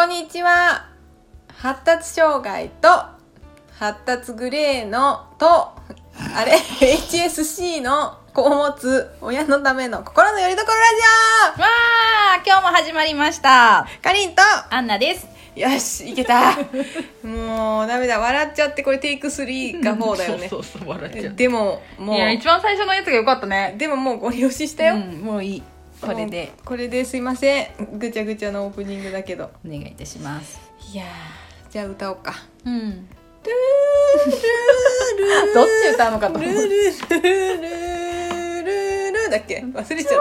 こんにちは。発達障害と発達グレーのHSC の子を持つ親のための心のよりどころラジわー、今日も始まりました。 オ。かりんとアンナです。 よし、いけた。もうダメだ、笑っちゃって。これテイク3か4だよね。 そう笑っちゃう。 でももう、 いや、一番最初のやつが良かったね。 でももうご利用ししたよ、 もういい。これですいません、ぐちゃぐちゃのオープニングだけどお願いいたします。 いやー、じゃあ歌おうか。 どっち歌うのかと思う。 ルルだっけ、忘れちゃった。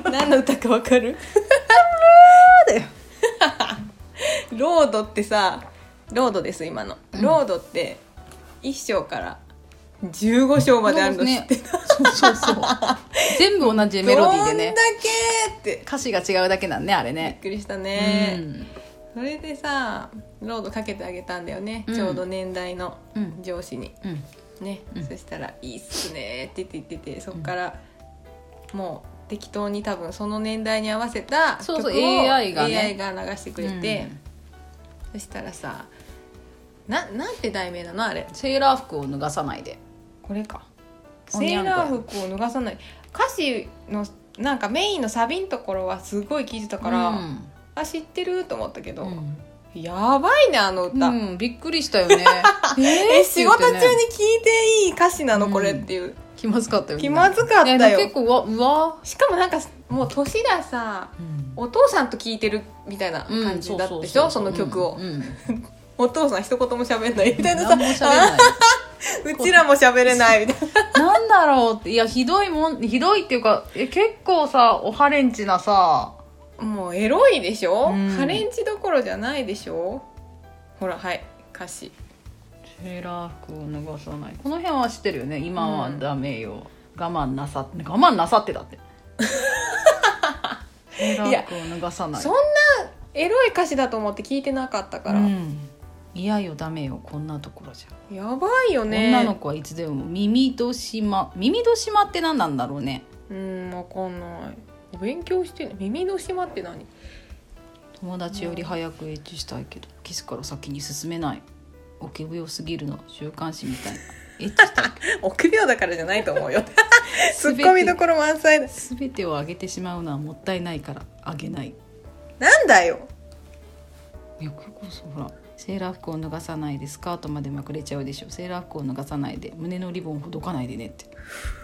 何の歌かわかる？ だよ。 ロードってさ、ロードです今の、ロードって1章から15章まであるの知ってた？ そう全部同じメロディーでね。 どんだけって歌詞が違うだけなんね、あれびっね。 くりしたね、それでさ、ロードかけてあげたんだよね、ちょうど年代の上司に、ね、そしたらいいっすねって言ってて、そっからもう適当に多分その年代に合わせた曲を AI がね AI が流してくれて、そしたらさ、なんて題名なのあれ？ セーラー服を脱がさないで。 これか。 おセーにゃんこやラー服を脱がさない。歌詞のなんかメインのサビのところはすごい聞いてたから、あ、知ってると思ったけど、やばいねあの歌、 びっくりしたよね。 仕事中に聞いていい歌詞なのこれっていう、 気まずかったよね。 気まずかったよ。 結構うわしかもなんかもう年ださ、お父さんと聞いてるみたいな感じだったでしょ、その曲を、お父さん一言も喋んないみたいなさ、 何も喋んないうちらも喋れないみたいな。 なんだろうって。いや、ひどいっていうか、結構さ、おハレンチなさ、 もうエロいでしょ、ハレンチどころじゃないでしょ。ほら、はい、歌詞。 セーラー服を脱がさない。この辺は知ってるよね。今はダメよ、我慢なさってだってセーラー服を脱がさない。 そんなエロい歌詞だと思って聞いてなかったから、 嫌よ、ダメよ、こんなところじゃ。 やばいよね。 女の子はいつでも耳戸島って何なんだろうね。 わかんない。勉強してね。耳の島って何？ 友達より早くエッチしたいけどキスから先に進めない。臆病すぎるの、週刊誌みたいな。エッチしたいけど臆病だからじゃないと思うよ。ツッコミどころ満載だ。 全てをあげてしまうのはもったいないからあげない。 なんだよ。 いや、結構そう、ほら、セーラー服を脱がさないでスカートまでまくれちゃうでしょ。セーラー服を脱がさないで胸のリボンほどかないでねって。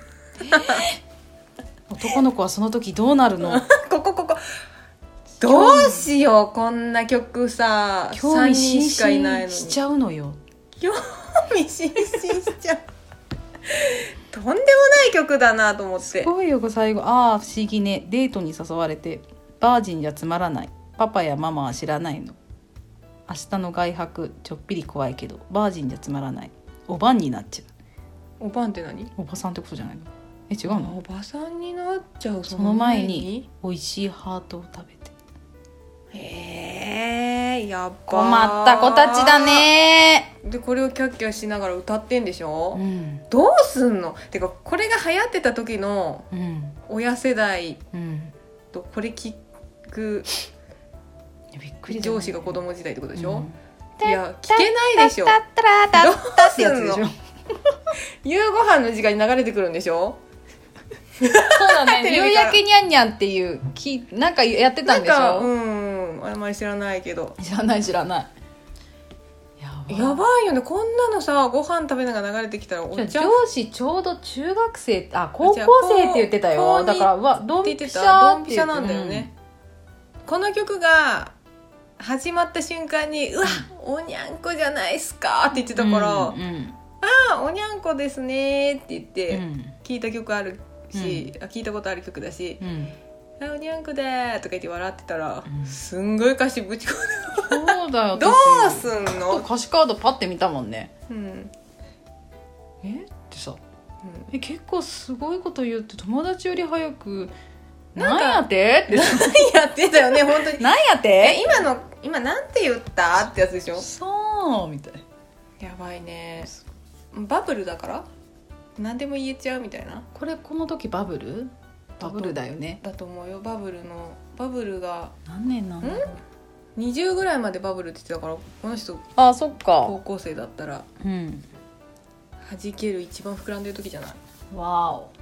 男の子はその時どうなるの？ ここどうしよう、こんな曲さ、 興味津 3人しかいないのに 々しちゃうのよ。 興味津々しちゃう。とんでもない曲だなと思って。 すごいよ、最後。ああ、不思議ね。デートに誘われてバージンじゃつまらない。パパやママは知らないの。明日の外泊ちょっぴり怖いけどバージンじゃつまらない。おばんになっちゃおばんって何？ う。おばさんってことじゃないの？違うの？ おばさんになっちゃう。 その前に美味しいハートを食べて。 やっば。 困った子たちだね。 でこれをキャッキャしながら歌ってんでしょ、どうすんの？てかこれが流行ってた時の親世代とこれ聞くびっくり上司が子供時代ってことでしょ、いや聞けないでしょ。どうすんの？夕ご飯の時間に流れてくるんでしょ。 そうだね。夕焼けにゃんにゃんっていうなんかやってたんでしょ。 あんまり知らないけど。 知らない。 やばいよね。こんなのさ、ご飯食べながら流れてきたら上司ちょうど中学生、高校生って言ってたよ。だからドンピシャなんだよね、この曲が始まった瞬間に、うわ、おにゃんこじゃないっすかって言ってたから、ああ、おにゃんこですねって言って、聞いた曲あるし、聞いたことある曲だし、おにゃんこだーとか言って笑ってたら、すんごい歌詞ぶち込んで。 そうだよ。 どうすんの？ 歌詞カードパッて見たもんね。ってさ、結構すごいこと言って、友達より早くなんやってって何やってたよね本当に。 なんやって今なんて言ったってやつでしょ。 そうみたい。 やばいね。バブルだから何でも言えちゃうみたいな。 この時バブルバブルだよね。 だと思うよ。バブルが何年なんだろう。 20ぐらいまでバブルって言ってたから、この人あ、そっか。 高校生だったらうん。 弾ける一番膨らんでる時じゃない。 わお。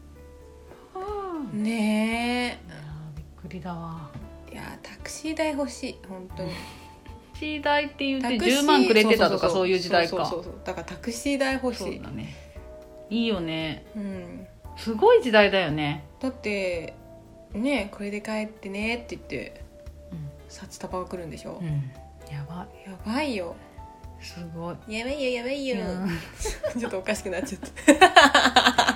ねいやびっくりだわ。 え。いやタクシー代欲しい本当に。 タクシー代って言ってタクシー 10万くれてたとかそういう時代か。 そうだからタクシー代欲しい。 そうだね。いいよね。 うん。 すごい時代だよね。 だってねこれで帰ってねって言ってうん、 札束が来るんでしょ。 うん、やばい。 やばいよ。 すごい。 やばいよやばいよ。ちょっとおかしくなっちゃった。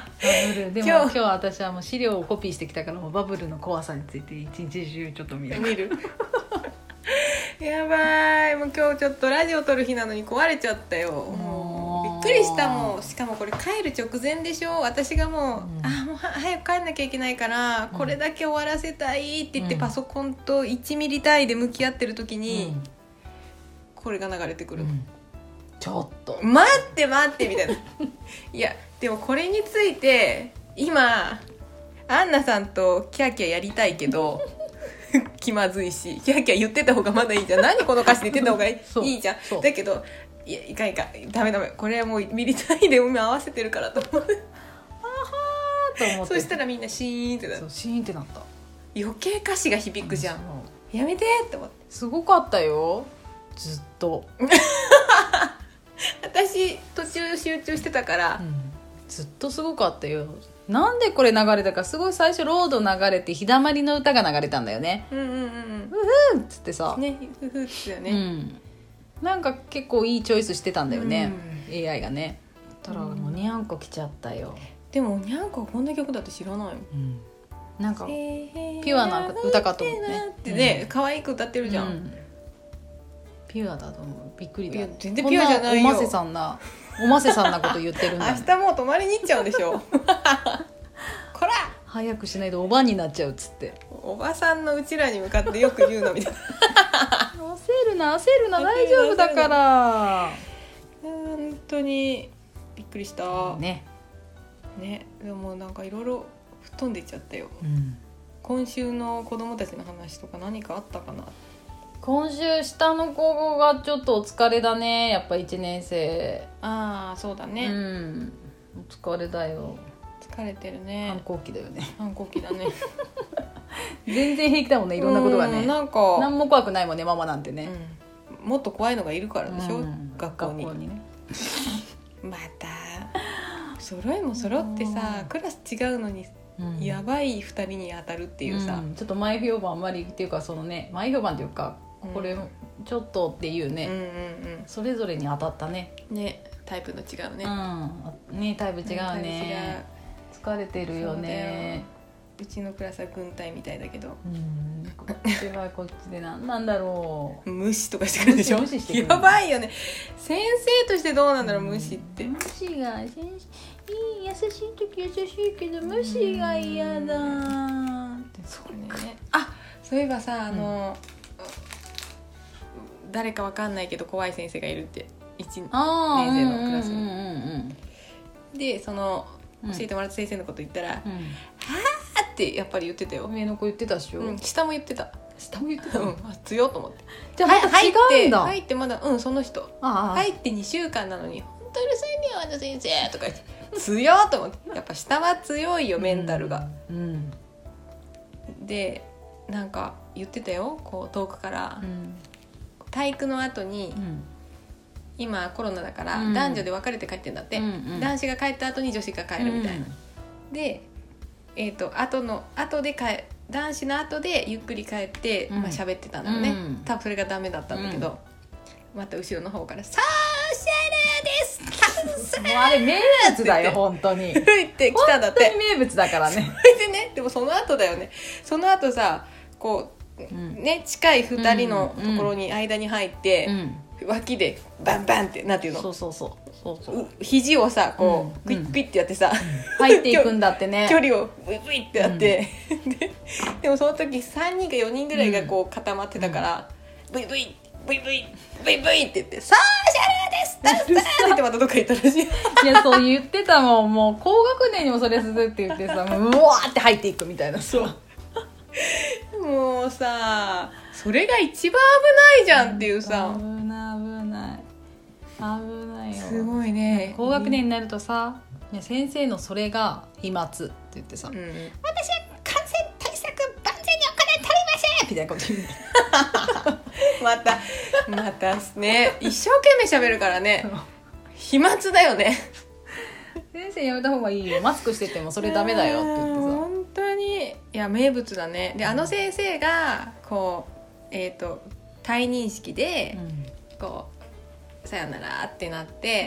バブルでも今日私はもう資料をコピーしてきたから、もうバブルの怖さについて一日中ちょっと見るやばい。もう今日ちょっとラジオ撮る日なのに壊れちゃったよ。もうびっくりした。もん。しかもこれ帰る直前でしょ。私がもう、もう早く帰んなきゃいけないから、これだけ終わらせたいって言って、パソコンと1ミリ単位で向き合ってる時に、これが流れてくるの、 ちょっと待ってみたいな。いやでもこれについて今アンナさんとキャーキャーやりたいけど気まずいし、キャーキャー言ってた方がまだいいじゃん。何この歌詞で言ってた方がいいじゃん。だけどいやいかんダメこれはもうミリ単位で今合わせてるからと思ってと思って、 そしたらみんなシーンってなった。 シーンってなった。 余計歌詞が響くじゃん。やめてって思って。 すごかったよずっと。 私途中集中してたから、 ずっとすごかったよ。なんでこれ流れたか、すごい最初ロード流れて日だまりの歌が流れたんだよね。 うふっつってさね、ふふってよね、 なんか結構いいチョイスしてたんだよね、AI がね。たらもうにゃんこ来ちゃったよ。 でもにゃんこはこんな曲だって知らないもん、 なんかピュアな歌かと思ってねってね、可愛く歌ってるじゃん、 ピュアだと思う。びっくりだ。 いや全然ピュアじゃないよ。 おませさんなこと言ってるんだ、 明日もう泊まりに行っちゃうんでしょ。こら早くしないとおばんになっちゃうっつって、 おばさんのうちらに向かってよく言うのみたいな。 焦るな大丈夫だから。 本当にびっくりしたね。 でもなんかいろいろ吹っ飛んでいっちゃったよ、今週の子供たちの話とか何かあったかな。 今週下の子がちょっとお疲れだね。やっぱ1年生。 ああそうだね、 お疲れだよ。 疲れてるね。 反抗期だよね。 反抗期だね。 全然平気だもんね、いろんなことがね。 なんか何も怖くないもんね、ママなんてね、 もっと怖いのがいるからでしょ、学校にね。 また揃いも揃ってさ、クラス違うのに、やばい2人に当たるっていうさ、 ちょっと前評判あんまりっていうか、そのね、前評判っていうか、これちょっとっていうね、それぞれに当たったね。 タイプの違うね。 ね、タイプ違うね。疲れてるよね。 うちのクラスは軍隊みたいだけど、 こっちはこっちで何なんだろう。 無視とかしてくるでしょ。やばいよね。先生としてどうなんだろう、無視って。 無視が優しい時優しいけど無視が嫌だって。 そうね。あ、そういえばさ、誰かわかんないけど怖い先生がいるって、1年生のクラスに。でその教えてもらった先生のこと言ったら、はーってやっぱり言ってたよ。 上の子言ってたっしょ。 下も言ってた。 下も言ってた。 強っと思って。 じゃあまた違うんだ。 入ってまだその人入って2週間なのに、本当うるさいねよあの先生とか言って、強っと思って。やっぱ下は強いよ、メンタルが。でなんか言ってたよ、こう遠くから、体育の後に、今コロナだから、男女で分かれて帰ってんだって、男子が帰った後に女子が帰るみたいな、で後で男子の後でゆっくり帰って、喋ってたんだよね、多分それがダメだったんだけど、また後ろの方からソーシャルディスタンス、 もうあれ名物だよ本当に。 吹いてきたんだって。 本当に名物だからね。 でね、でもその後だよね。その後さ、こうね、近い2人のところに間に入って、脇でバンバンってなんていうの、そう肘をさこうクイックイってやってさ、 入っていくんだってね。 距離をブイブイってやって、でもその時3人か4人ぐらいがこう固まってたから、ブイブイブイブイブイブイって言って、ソーシャルデスターって言ってまたどっか行ったらしい。 いやそう言ってたもん。もう高学年にもそれするって言ってさ、もううわーって入っていくみたいな。 そうもうさそれが一番危ないじゃんっていうさ、 危ないよ。 すごいね。 高学年になるとさ、いや先生のそれが飛沫って言ってさ、 うんうん、 私は感染対策万全に行っておりませんみたいなこと言うまたね一生懸命喋るからね飛沫だよね。 先生やめた方がいいよ、マスクしててもそれダメだよって言ってさ。 本当にいや名物だね。で先生がこう退任式で、こうさよならってなって、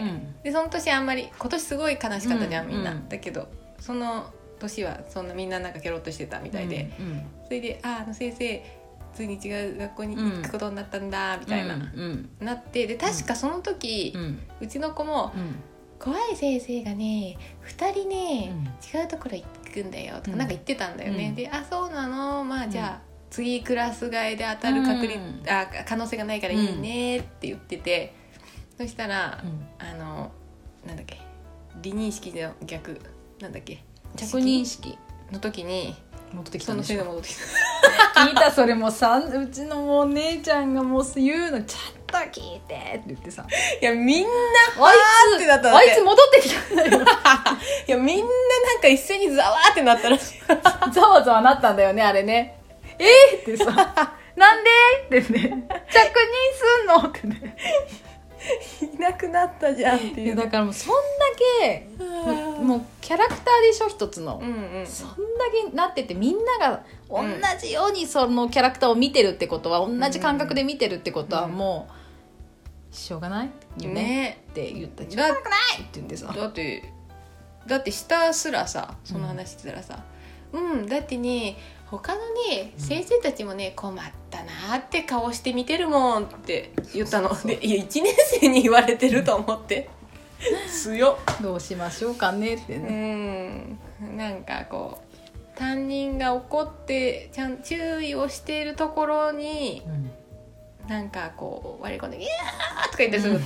でその年あんまり今年すごい悲しかったじゃん、みんな、だけどその年はそんなみんななんかケロッとしてたみたいで、それで先生ついに違う学校に行くことになったんだみたいな、なってで確かその時、うちの子も、怖い先生がね2人ね、違うところ行くんだよとかなんか言ってたんだよね、でそうなのまあじゃあ、次クラス替えで当たる可能性がないからいいねって言ってて、そしたら、なんだっけ離任式の逆なんだっけ着任式の時に戻ってきたんでしょ。 その先生が戻ってきた聞いたそれもさ、うちのもう姉ちゃんがもう言うのちょっと聞いてって言ってさ、 いやみんなあいつってなったあいつ戻ってきたんだよいやみんななんか一斉にざわーってなったらしいざわざわなったんだよねあれね。ってさなんでってね、着任すんのってねいなくなったじゃんっていう。 だからもうそんだけもうキャラクターでしょ一つの、そんだけなってて、みんなが同じようにそのキャラクターを見てるってことは、同じ感覚で見てるってことはもうしょうがないよねって言ったら、しょうがなくないって言ってさ、 だって下すらさその話してたらさ、だってね他のね先生たちもね困ったなって顔して見てるもんって言ったの。でいや1年生に言われてると思って強っどうしましょうかねってね。 なんかこう担任が怒って注意をしているところに、なんかこう割り込んで「いやー!」とか言ってするって、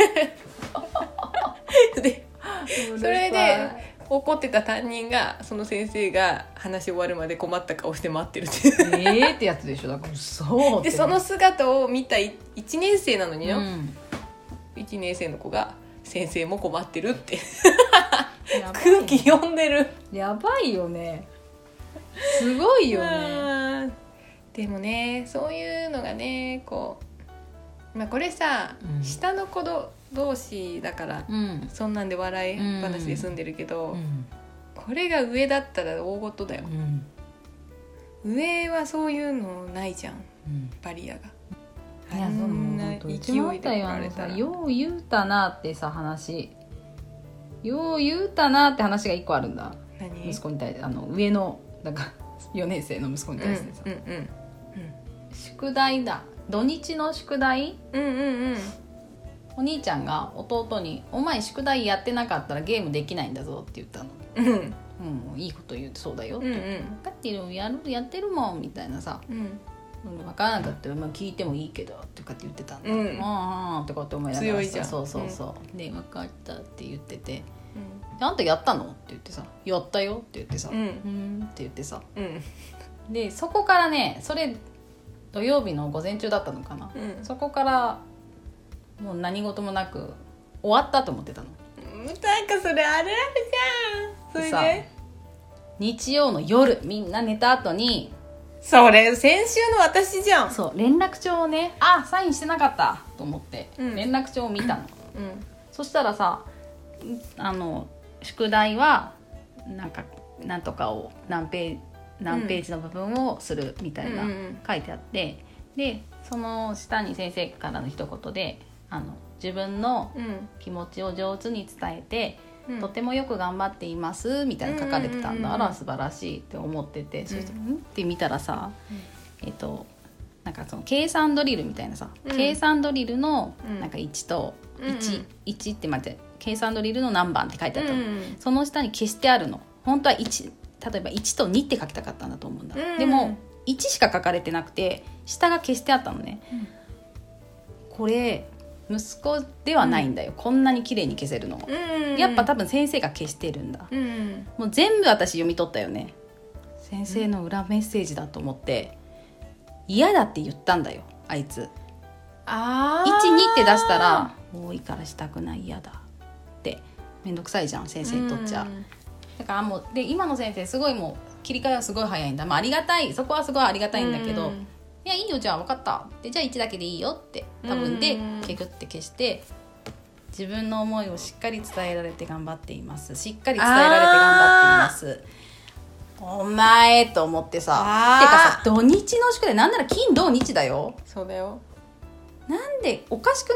でそれで怒ってた担任がその先生が話終わるまで困った顔して待ってるってってやつでしょ。だからそうでその姿を見た1年生なのによ、1年生の子が先生も困ってるって空気読んでる。 やばいよね、すごいよね。 でもねそういうのがねこう、これさ、下の子同士だから、そんなんで笑い話で済んでるけど、これが上だったら大事だよ、上はそういうのないじゃん、バリアが。 いや、そんな勢いで来られたらよう言うたなってさ話、よう言うたなって話が1個あるんだ。 何？ 息子に対して上のなんか4年生の息子に対してさ、宿題だ、土日の宿題、お兄ちゃんが弟に「お前宿題やってなかったらゲームできないんだぞ」って言ったの。いいこと言うてそうだよって、分かってる、やってるもんみたいなさ、分からなかったら聞いてもいいけどとかって言ってたんだ。とかって思いながら、 強いじゃん。 そうで分かったって言ってて、あんたやったのって言ってさ、やったよって言ってさ、って言ってさ、でそこからね、それ土曜日の午前中だったのかな、そこからもう何事もなく終わったと思ってたの。 なんかそれあるあるじゃん。それで日曜の夜みんな寝た後に、 それ先週の私じゃん。 そう連絡帳をね、サインしてなかったと思って、連絡帳を見たの、そしたらさ、宿題はなんとかを何ページの部分をするみたいな書いてあって、でその下に先生からの一言で自分の気持ちを上手に伝えて、とてもよく頑張っていますみたいな書かれてたんだ。あら素晴らしいって思ってて、そしてって見たらさ、なんかその計算ドリルみたいなさ、計算ドリルのなんか1と1って計算ドリルの何番って書いてあったの、その下に消してあるの。本当は1、例えば1と2って書きたかったんだと思うんだ、でも1しか書かれてなくて下が消してあったのね、これ息子ではないんだよ、こんなに綺麗に消せるの、やっぱ多分先生が消してるんだ、もう全部私読み取ったよね。先生の裏メッセージだと思って嫌だって言ったんだよあいつ。12って出したら多いからしたくない、嫌だってめんどくさいじゃん先生にとっちゃ、だからもうで今の先生すごいもう切り替えはすごい早いんだ、ありがたい、そこはすごいありがたいんだけど、いやいいよじゃあ分かったでじゃあ1だけでいいよって多分でケグって消して、自分の思いをしっかり伝えられて頑張っています、しっかり伝えられて頑張っています、お前と思ってさ、てかさ土日の宿題なんなら金土日だよ。 そうだよ。 なんでおかしくない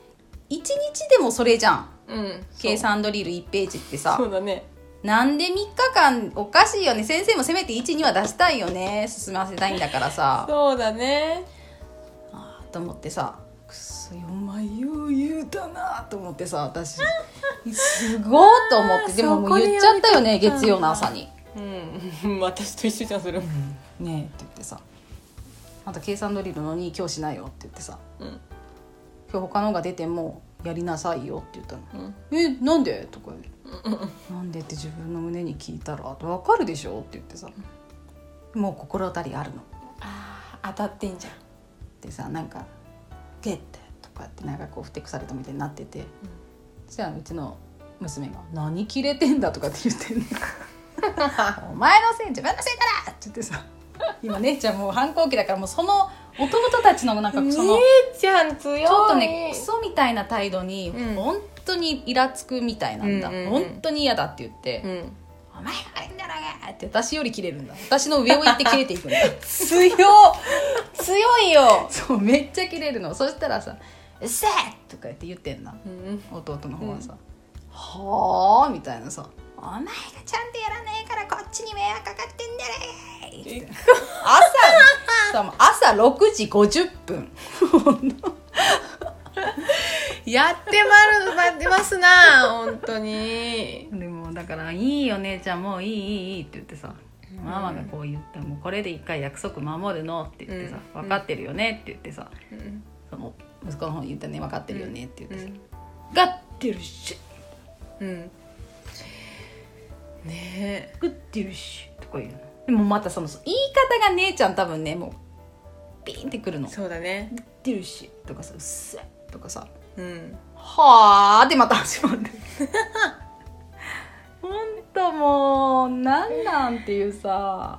？1日でもそれじゃん、計算ドリル1ページってさ。 そうだね。 なんで3日間おかしいよね。先生もせめて 1,2 は出したいよね、進ませたいんだからさ。 そうだね。 と思ってさ、くそお前よう言うたなと思ってさ、私すごーと思ってでももう言っちゃったよね、月曜の朝に。 私と一緒じゃんそれも、 ねえって言ってさ、あんた計算ドリルの2今日しないよって言ってさ、今日他のが出てもやりなさいよって言ったの、なんでとかなんでって自分の胸に聞いたら分かるでしょって言ってさ、もう心当たりあるの。 当たってんじゃんでさ、なんかゲッてとかってなんかこうふてくされたみたいになってて、そしたらうちの娘が何キレてんだとかって言ってんのお前のせい、自分のせいだなって言ってさ、今姉ちゃんもう反抗期だから、もうその弟たちのなんかその姉ちゃん強い、 ちょっとねクソみたいな態度に本当にイラつくみたいなんだ、本当に嫌だって言って、お前が悪いんだろうがって私よりキレるんだ、私の上を行ってキレていくんだ強いよそうめっちゃキレるの。そしたらさうっせーとか言ってんな、弟の方はさ、はあみたいなさ、お前がちゃんとやらないからこっちに迷惑かかってんだれー朝6時50分やってますな本当に。 でもだからいいよ姉ちゃんもういいって言ってさ、ママがこう言ってもこれで一回約束守るのって言ってさ、分かってるよねって言ってさ、その息子の方に言ったね、分かってるよねって言ってさ、分かってるしねえ食ってるしとか言うの。でもまたその言い方が姉ちゃん多分ねもうピーンってくるの。 そうだね。 食ってるしとかさ、うっせとかさ、 はあってまた始まるほんともうなんていうさ、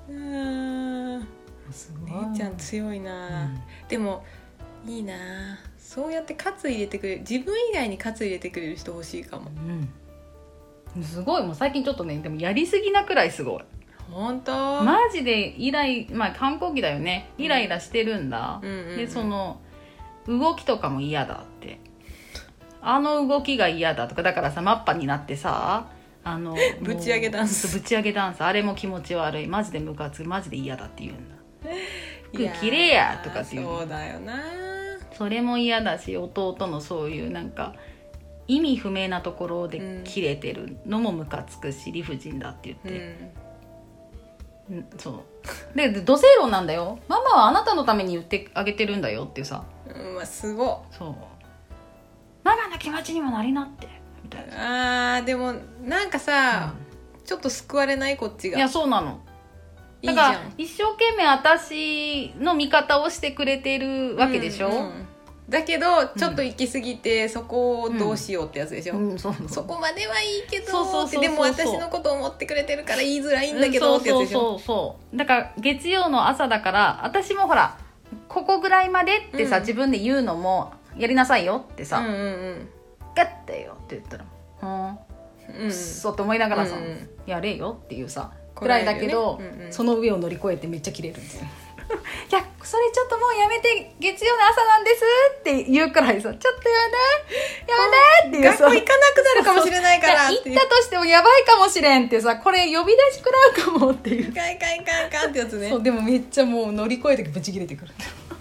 すごい姉ちゃん強いな、でもいいな、そうやって喝入れてくれる、自分以外に喝入れてくれる人欲しいかも、 すごい。もう最近ちょっとねでもやりすぎなくらいすごい。 本当マジで反抗期だよね、イライラしてるんだ、でその動きとかも嫌だって、あの動きが嫌だとか、だからさマッパになってさぶち上げダンスあれも気持ち悪い、マジでムカつく、マジで嫌だって言うんだ。空きれやとかって言うの。 そうだよな。 それも嫌だし、弟のそういうなんか意味不明なところでキレてるのもムカつくし、理不尽だって言って、そうで土星論なんだよ、ママはあなたのために言ってあげてるんだよっていうさ、 すごそう、ママの気持ちにもなりなってみたいな。 でもなんかさ、ちょっと救われないこっちが。 いやそうなの。だから一生懸命私の味方をしてくれてるわけでしょ、だけどちょっと行き過ぎて、そこをどうしようってやつでしょ、そこまではいいけどって、でも私のことを思ってくれてるから言いづらいんだけどってやつでしょ。 そうだから月曜の朝だから、私もほらここぐらいまでってさ、自分で言うのもやりなさいよってさ、ガッてよって言ったらくっそって思いながらさ、やれよっていうさくらいだけど、その上を乗り越えてめっちゃキレるんですよいやそれちょっともうやめて、月曜の朝なんですって言うくらいさ、ちょっとやめてっていうさ、 学校行かなくなるかもしれないから行ったとしてもやばいかもしれんってさ、これ呼び出し食らうかもっていう、 いかんってやつね。 そうでもめっちゃもう乗り越えてブチ切れてくる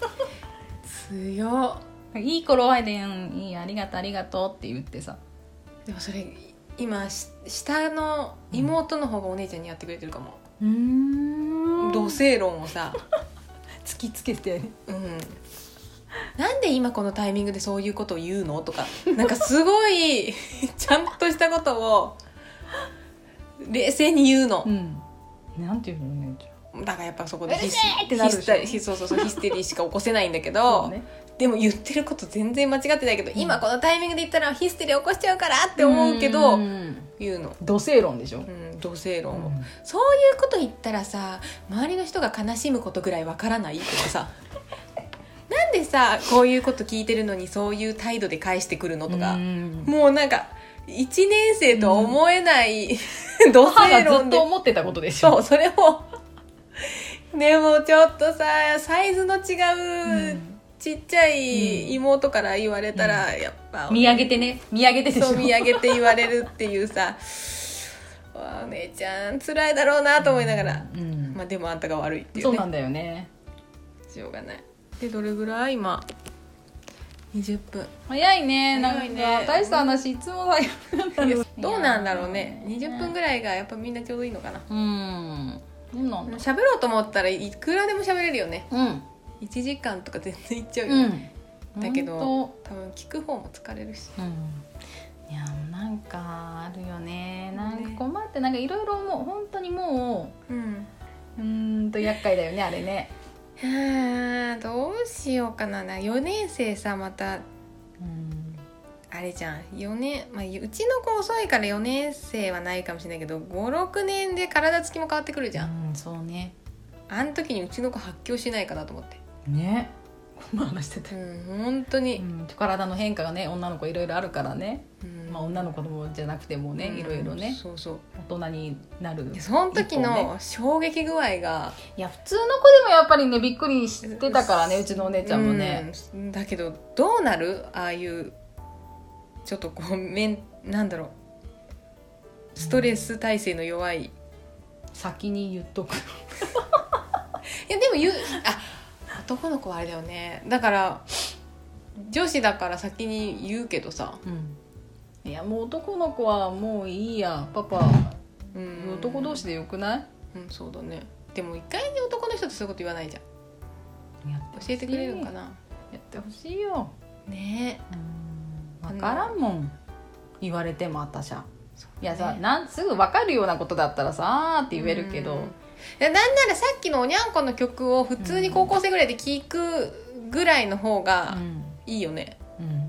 強いい頃合いでいいありがとうって言ってさ。 でもそれ今下の妹の方がお姉ちゃんにやってくれてるかも。土星論をさ突きつけて、 なんで今このタイミングでそういうことを言うのとか、なんかすごいちゃんとしたことを冷静に言うの、 なんていうのね、 だからやっぱそこでうるせえってなるでしょ。 そうヒステリーしか起こせないんだけど、 ね、 でも言ってること全然間違ってないけど、今このタイミングで言ったらヒステリー起こしちゃうからって思うけど、言うの土星論でしょ、 土星論を、そういうこと言ったらさ、周りの人が悲しむことぐらいわからないってさなんでさこういうこと聞いてるのにそういう態度で返してくるのとか、もうなんか1年生とは思えない、土星論で母がずっと思ってたことでしょ。 そう、それをでもちょっとさサイズの違う、ちっちゃい妹から言われたら、やっぱ見上げてね、見上げてでしょ。 そう見上げて言われるっていうさお姉ちゃん辛いだろうなと思いながら、まあでもあんたが悪いっていうね。 そうなんだよね。 しょうがない。でどれぐらい今20分。 早いね。 早いね。 なんか大した話いつもだよ。 どうなんだろうね。20分ぐらいがやっぱみんなちょうどいいのかな。喋ろうと思ったらいくらでも喋れるよね。1時間とか全然いっちゃうよね。だけど多分聞く方も疲れるし。 いやなんかあるよね。なんか困ってなんかいろいろもう本当にもう厄介だよねあれね。 どうしようかな。4年生さまた、あれじゃん4年、まあ、うちの子遅いから4年生はないかもしれないけど 5,6 年で体つきも変わってくるじゃん。 そうね。 あん時にうちの子発狂しないかなと思ってね。こんな話してて、 本当に、 体の変化がね女の子いろいろあるからね、まあ、女の子供じゃなくてもねいろいろね、 そうそう大人になる、 その時の衝撃具合が、 いや普通の子でもやっぱりねびっくりしてたからね、うちのお姉ちゃんもね、 だけどどうなるああいうちょっとこうなんだろうストレス耐性の弱い、 先に言っとくいやでも男の子はあれだよね。だから女子だから先に言うけどさ、いやもう男の子はもういいやパパ、男同士でよくない？ そうだね。でも一回に男の人ってそういうこと言わないじゃん。教えてくれるのかな。 やってほしいよね。 分からんもん言われても私は、いやさすぐ分かるようなことだったらさーって言えるけど、 なんならさっきのおにゃんこの曲を普通に高校生ぐらいで聴くぐらいの方がいいよね。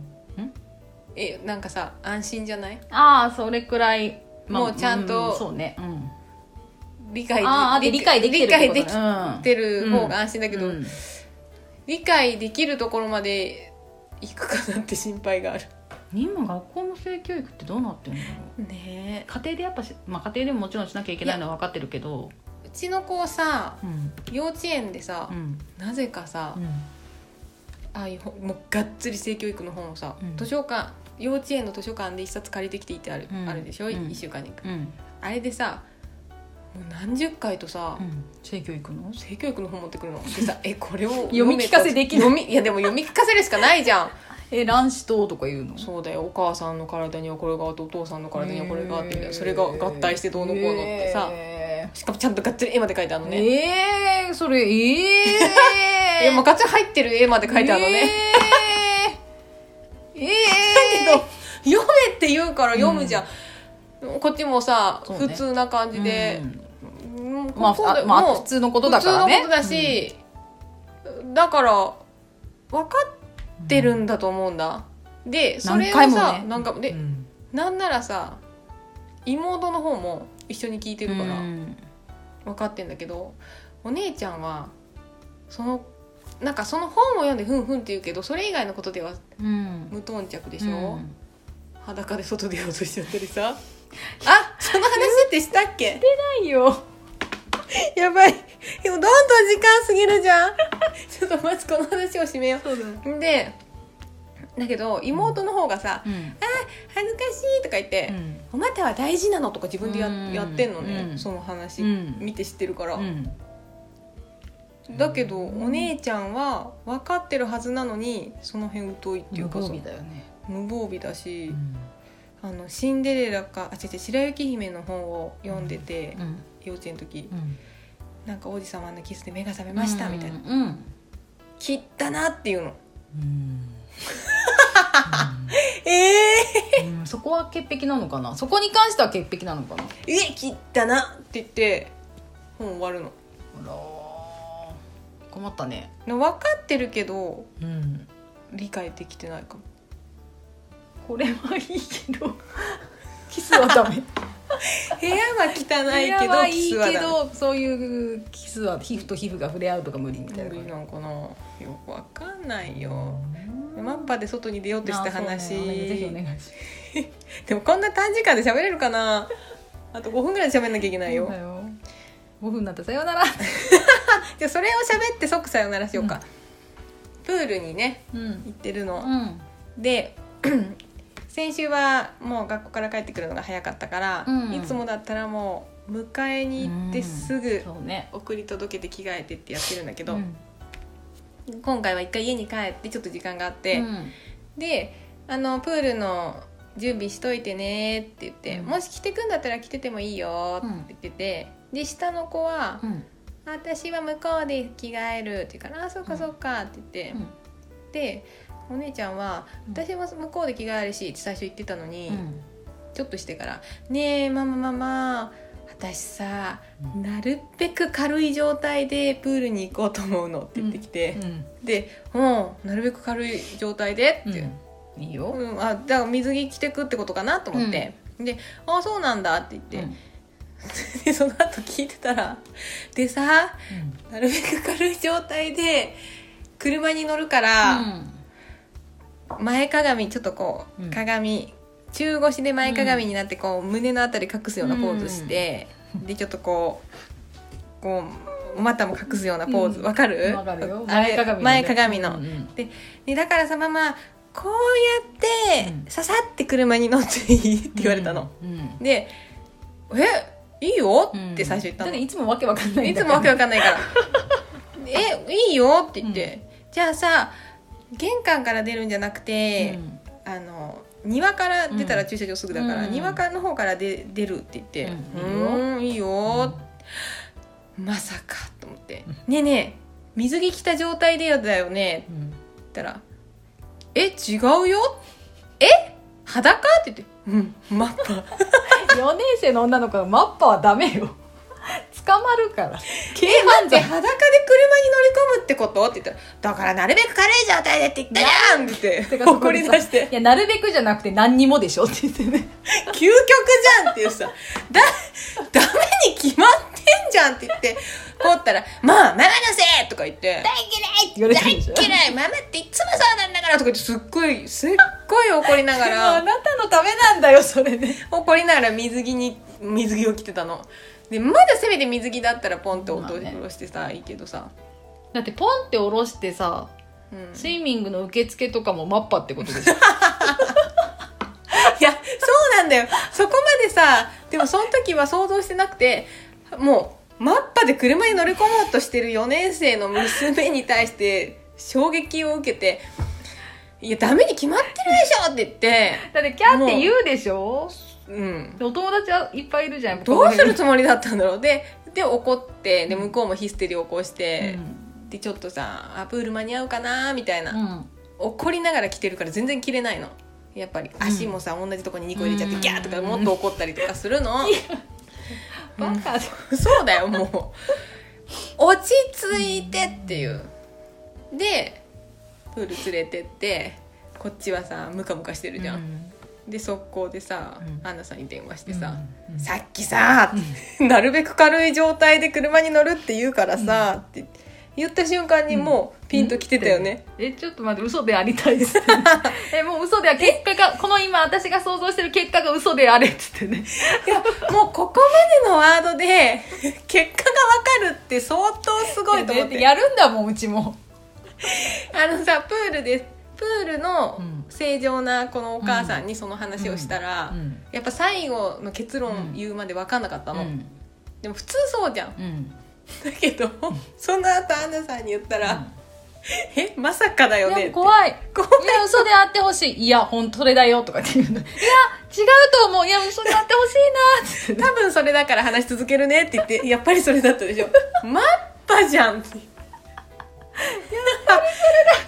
なんかさ安心じゃない？ それくらい、 もうちゃんとそうね、 理解できてる方が安心だけど、理解できるところまで行くかなって心配がある。 今学校の性教育ってどうなってるんだろうね。家庭でやっぱ家庭でももちろんしなきゃいけないのは分かってるけど、 うちの子はさ、幼稚園でさ、なぜかさ、ああいうもうがっつり性教育の本をさ、図書館幼稚園の図書館で一冊借りてきていてあるでしょ、1週間に1回、あれでさもう何十回とさ、 性教育の本持ってくるのでさこれを読み聞かせできない。 いやでも読み聞かせるしかないじゃん。 卵子とか言うの？そうだよ、お母さんの体にはこれがあってお父さんの体にはこれがあってみたいな、それが合体してどうのこうのってさ、しかもちゃんとがっつり絵まで描いてあるのね。 それもうガッツリ入ってる絵まで描いてあるのね。だけど読めって言うから読むじゃん、こっちもさ、普通な感じで、 普通のことだからね。 普通のことだし、だから分かってるんだと思うんだ。でそれをさなんかで、なんならさ妹の方も一緒に聞いてるから分かってんだけど、お姉ちゃんはなんかその本を読んでふんふんって言うけど、それ以外のことでは無頓着でしょ、裸で外出ようとしちゃったりさその話ってしたっけ？ してないよやばい、でもどんどん時間過ぎるじゃんちょっとまずこの話を締めよう。でだけど妹の方がさ、恥ずかしいとか言って、おまたは大事なのとか自分で やってんのね、その話、見て知ってるから、だけどお姉ちゃんは分かってるはずなのにその辺疎いっていうかさ、 無防備だよね。 無防備だし、シンデレラか白雪姫の本を読んでて、幼稚園の時、なんか王子様のキスで目が覚めましたみたいな、切ったなっていうのそこは潔癖なのかな。そこに関しては潔癖なのかな。 切ったなって言って本終わるの。 あら困ったね。 分かってるけど、 うん理解できてないかも。 これはいいけどキスはダメ。 部屋は汚いけどはいいキスはダメ。 けどそういうキスは皮膚と皮膚が触れ合うとか無理みたいな。 無理なんかな、よくわかんないよ。マッパで外に出ようとした話、 ね、ぜひお願いします。 でもこんな短時間で喋れるかな。あと5分ぐらいで喋んなきゃいけないよ。 そうだよ。5分だったらさようなら。 じゃあそれを喋って即さよならしようか、プールにね、行ってるの、で先週はもう学校から帰ってくるのが早かったから、いつもだったらもう迎えに行ってすぐ送り届けて着替えてってやってるんだけど、今回は一回家に帰ってちょっと時間があって、でプールの準備しといてねって言って、もし着てくんだったら着ててもいいよって言ってて、で下の子は、私は向こうで着替えるって言うから、あそっかそっかって言って、でお姉ちゃんは私も向こうで着替えるしって最初言ってたのに、ちょっとしてからねえママ私さ、なるべく軽い状態でプールに行こうと思うのって言ってきて、でなるべく軽い状態でって、 いいよ、 だから水着着てくってことかなと思って、でそうなんだって言って、でその後聞いてたらでさ、なるべく軽い状態で車に乗るから、前かがみちょっとこう、鏡中腰で前かがみになってこう胸のあたり隠すようなポーズして、でちょっとこう股も隠すようなポーズ、わかる？ わかるよ。 前かがみの、でだからさママこうやって、ささって車に乗っていいって言われたの、でいいよって最初言ったの、 いつもわけわかんないいつもわけわかんないからいいよって言って、じゃあさ玄関から出るんじゃなくて、庭から出たら駐車場すぐだから、庭からの方から出るって言って、いいよ、まさかと思って、ねえねえ水着着た状態でだよねって言ったら、違うよ、裸って言って、マッパ 4年生の女の子のマッパはダメよ。捕まるから。 待って裸で車に乗り込むってことって言ったら、だからなるべく軽い状態でって言ったじゃんって怒り出して、 いやなるべくじゃなくて何にもでしょって言ってね、 究極じゃんっていうさ、ダメに決まってんじゃんって言って、こうったらママのせいとか言って、大嫌いって言われてるでしょ、大嫌いママっていつもそうなんだからとか言って、すっごい怒りながらあなたのためなんだよそれね、 怒りながら水着を着てたので、まだせめて水着だったらポンって落としてさ、いいけどさ、 だってポンって下ろしてさ、スイミングの受付とかもマッパってことでしょ。 いやそうなんだよ、そこまでさ、でもその時は想像してなくて、もうマッパで車に乗り込もうとしてる4年生の娘に対して衝撃を受けて、いやダメに決まってるでしょって言って、 だってキャーって言うでしょ。お友達はいっぱいいるじゃん。 どうするつもりだったんだろう。で怒って、で向こうもヒステリーを起こして、でちょっとさプール間に合うかなみたいな、怒りながら着てるから全然着れないの。やっぱり足もさ、同じとこに2個入れちゃってギャーとかもっと怒ったりとかするの。 バカそうだよ、もう落ち着いてっていう。でプール連れてって、こっちはさムカムカしてるじゃん、で速攻でさ、アンナさんに電話してさ、さっきさなるべく軽い状態で車に乗るって言うからさ、って言った瞬間にもうピンときてたよね、 ちょっと待って、嘘でありたいっつってもう嘘では結果がこの今私が想像してる結果が嘘であれっつってね、 いやもうここまでのワードで結果が分かるって相当すごいと思って。 やるんだもんうちも。 さプールの正常なこのお母さんにその話をしたら、やっぱ最後の結論言うまで分かんなかったの、でも普通そうじゃん、だけどその後アンナさんに言ったら、まさかだよねって。 怖い。いや嘘であってほしい。いや本当それだよとかって言うの。いや違うと思う。いや嘘であってほしいなって。 多分それだから話し続けるねって言って、やっぱりそれだったでしょ。マッパじゃんって。いやも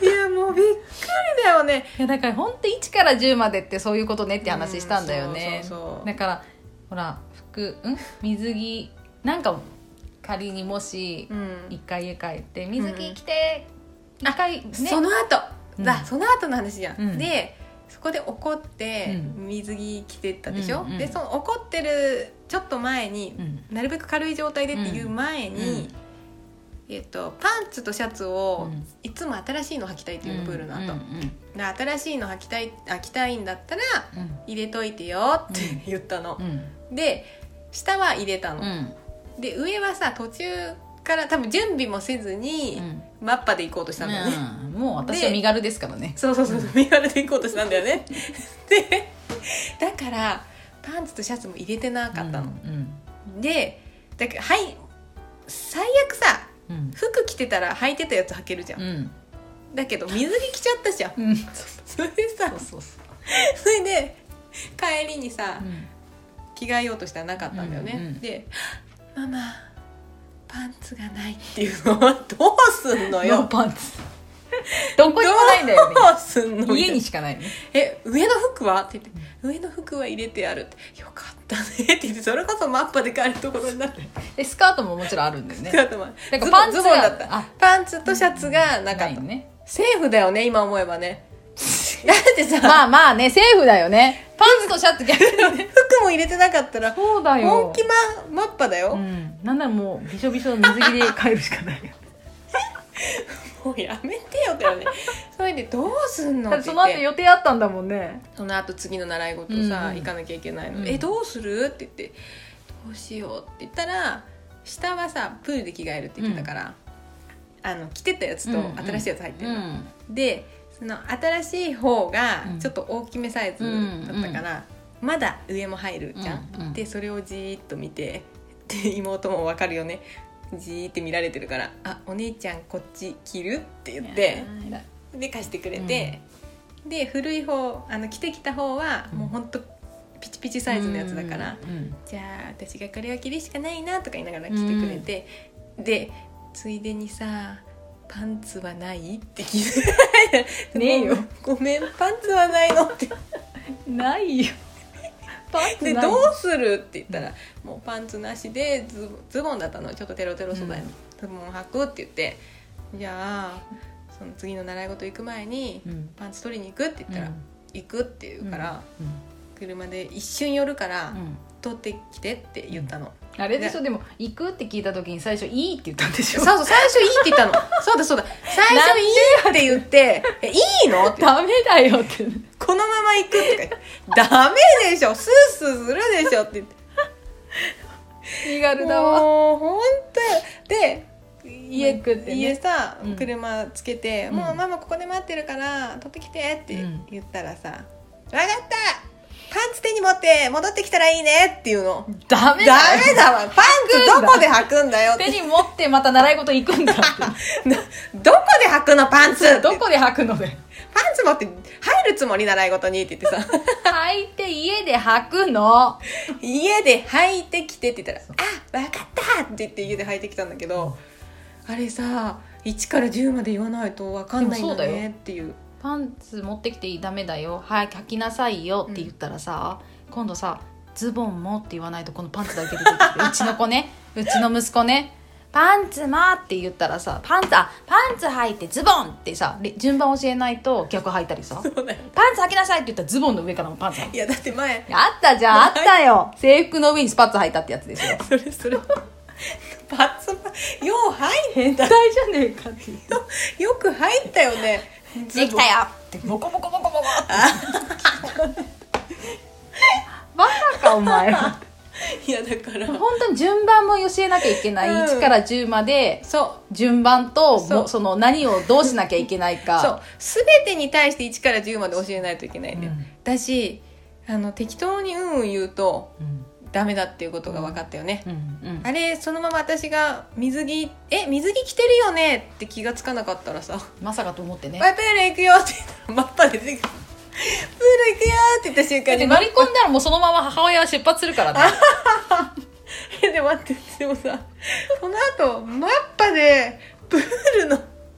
うびっくりだよね。 いやだから本当1から10までってそういうことねって話したんだよね、 そうだからほら水着なんか仮にもし1回家帰って水着着て1回、ね、 その後、その後の話じゃん、 うん、 でそこで怒って水着着てったでしょ、 うんうん、 でその怒ってるちょっと前に、なるべく軽い状態でっていう前に、パンツとシャツをいつも新しいの履きたいっていうの、プールの後、で新しいの履きたいんだったら入れといてよって言ったの、で下は入れたの、で上はさ途中から多分準備もせずに、マッパで行こうとしたんだよね、 もう私は身軽ですからね。 そう身軽で行こうとしたんだよねでだからパンツとシャツも入れてなかったの、でだから最悪さ、服着てたら履いてたやつ履けるじゃん、だけど水着着ちゃったじゃん、それでさそれで帰りにさ、着替えようとしたらなかったんだよね、でママパンツがないっていうのはどうすんのよ。 ノーパンツどこにもないんだよね。 どうすんの。 家にしかないね。 上の服はって言って、上の服は入れてあるって、よかったねって言って、それこそマッパで帰るところになって、 でスカートももちろんあるんだよね。 スカートもだからパンツズボンだった。パンツとシャツがなかった、 ね、 セーフだよね今思えばねだってさ、 まあね、セーフだよね。パンツとシャツ逆にね服も入れてなかったらそうだよ、 本気マッパだよ、 なんならもうびしょびしょ水着で帰るしかないよもうやめてよだよねそれでどうすんのって言って、 その後予定あったんだもんね。 その後次の習い事さ、行かなきゃいけないの、どうするって言って、どうしようって言ったら、下はさプールで着替えるって言ってたから、着てたやつと新しいやつ入ってるの、でその新しい方がちょっと大きめサイズだったから、まだ上も入るじゃん、でそれをじーっと見て、で妹も分かるよね、じーって見られてるから、お姉ちゃんこっち着るって言ってで貸してくれて、で古い方着てきた方はもうほんとピチピチサイズのやつだから、じゃあ私がこれを着るしかないなとか言いながら着てくれて、でついでにさパンツはないって聞いてねえよごめんパンツはないのってないよパンツでないどうするって言ったら、もうパンツなしでズボンだったの、ちょっとテロテロ素材のズボンを履くって言って、じゃあその次の習い事行く前にパンツ取りに行くって言ったら、行くって言うから、車で一瞬寄るから、取ってきてって言ったの、 あれでしょ。でも行くって聞いた時に最初いいって言ったんでしょ。 そう最初いいって言ったのそうだ最初いいって言っていいのってダメだよってこのまま行くって言ってダメでしょスースーするでしょって言って身軽だわ。 もうほんとでね、 家さ、車つけて、もうママここで待ってるから取ってきてって言ったらさ、分かったパンツ手に持って戻ってきたらいいねっていうの。 ダメだわパンツどこで履くんだよって手に持ってまた習い事行くんだってどこで履くのパンツどこで履くのでパンツ持って入るつもり習い事にって言ってさ履いて家で履くの家で履いてきてって言ったら分かったって言って家で履いてきたんだけど、あれさ1から10まで言わないと分かんないんだねっていう。 パンツ持ってきてダメだよ、はい履きなさいよって言ったらさ、今度さズボンもって言わないとこのパンツだけ出てきてうちの子ね、うちの息子ね、パンツもって言ったらさパンツ履いてズボンってさ順番教えないと逆履いたりさ、 そうだよパンツ履きなさいって言ったらズボンの上からもパンツ履いて、 いやだって前あったじゃんあったよ制服の上にスパッツ履いたってやつですよそれパツパよう入った変態じゃねえかってよく入ったよねできたよってボコボコボコボコってバカかお前はいやだから本当に順番も教えなきゃいけない、1から10まで順番とその何をどうしなきゃいけないか、 そう全てに対して1から10まで教えないといけないんだよ、だし適当に言うと、ダメだっていうことが分かったよね、あれそのまま私が水着着てるよねって気がつかなかったらさ、 まさかと思ってね、 プール行くよって言ったらマッパで出てくるプール行くよって言った瞬間に乗り込んだらもうそのまま母親は出発するからねで待ってでもさその後マッパでプールの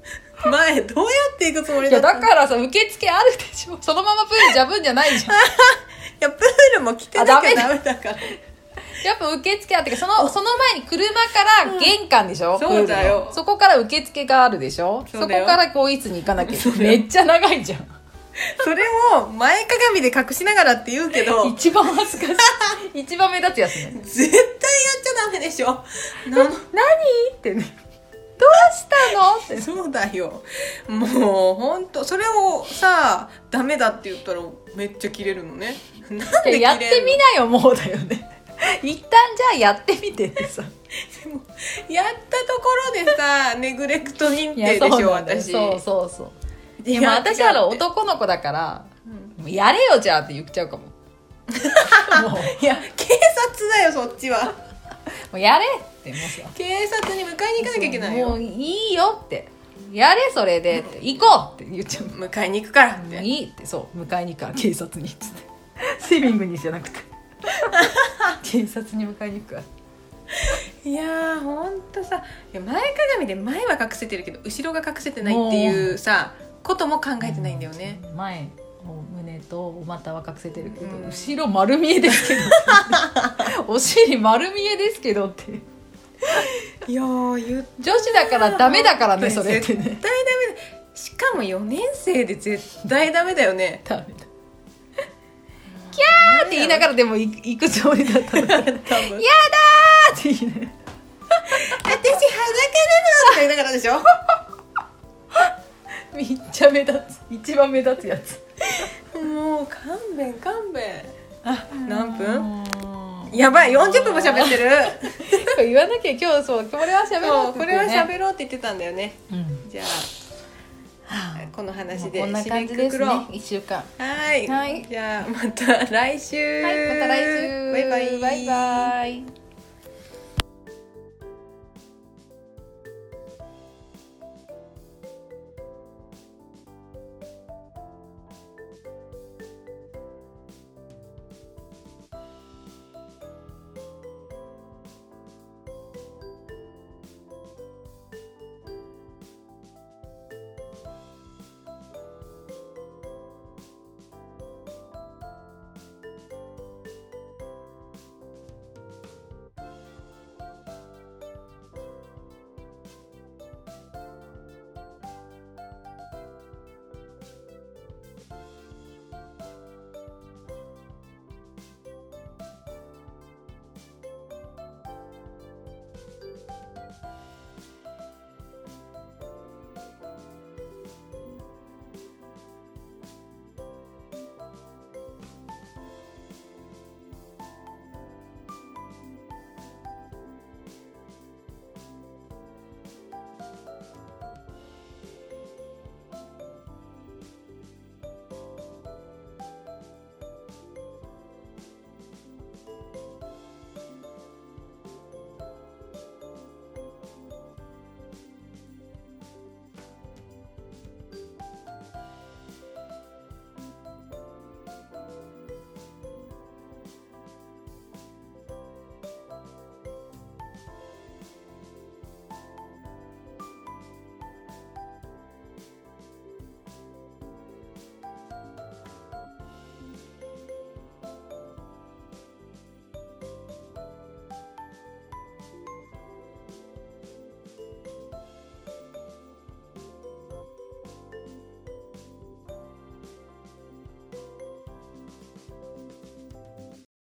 前どうやって行くつもりいやだったの？ だからさ、受付あるでしょ。そのままプールジャブんじゃないじゃん。 いやプールも来てなきゃダメだから。 やっぱ受付あってか、その前に車から玄関でしょ、 そうだよ。 そこから受付があるでしょ。そこから更衣室に行かなきゃ。めっちゃ長いじゃん。 それを前かがみで隠しながらって言うけど一番恥ずかしい。一番目立つやつね。 絶対やっちゃダメでしょ。 何ってね。どうしたのって。 そうだよ。もうほんとそれをさダメだって言ったらめっちゃキレるのね。なんでキレるの？ やってみなよもうだよね。一旦じゃあやってみてってさ。 でもやったところでさネグレクト認定でしょ私。 そうそうそう。でも私は男の子だから、もうやれよじゃあって言っちゃうかも。もいや警察だよそっちは。 うやれってもうさ。 警察に迎えに行かなきゃいけないよ。 もういいよって。やれそれでって行こうって言っちゃう。 迎えに行くからって。 いいってそう迎えに行くから警察にっつって。スイミングにじゃなくて警察に迎えに行くから。 いやーほんとさ、いや前かがみで前は隠せてるけど後ろが隠せてないっていうさことも考えてないんだよね。 前胸とお股は隠せてるけど、後ろ丸見えですけどお尻丸見えですけどっていやー女子だからダメだからねそれってね。 絶対ダメだ。しかも4年生で絶対ダメだよね。 ダメだ。キャーって言いながらでも行くつもりだったの。やだーって言いながら私裸なのって言いながらでしょ。 めっちゃ目立つ。一番目立つやつ。 もう勘弁。あ、何分？やばい40分も喋ってる。 言わなきゃ今日そうこれは喋ろうって言ってね。 これは喋ろうって言ってたんだよね。じゃあこの話でこんな感じですね。1週間。 はい。じゃあまた来週。 はい、また来週。 バイバイ。 バイバイ。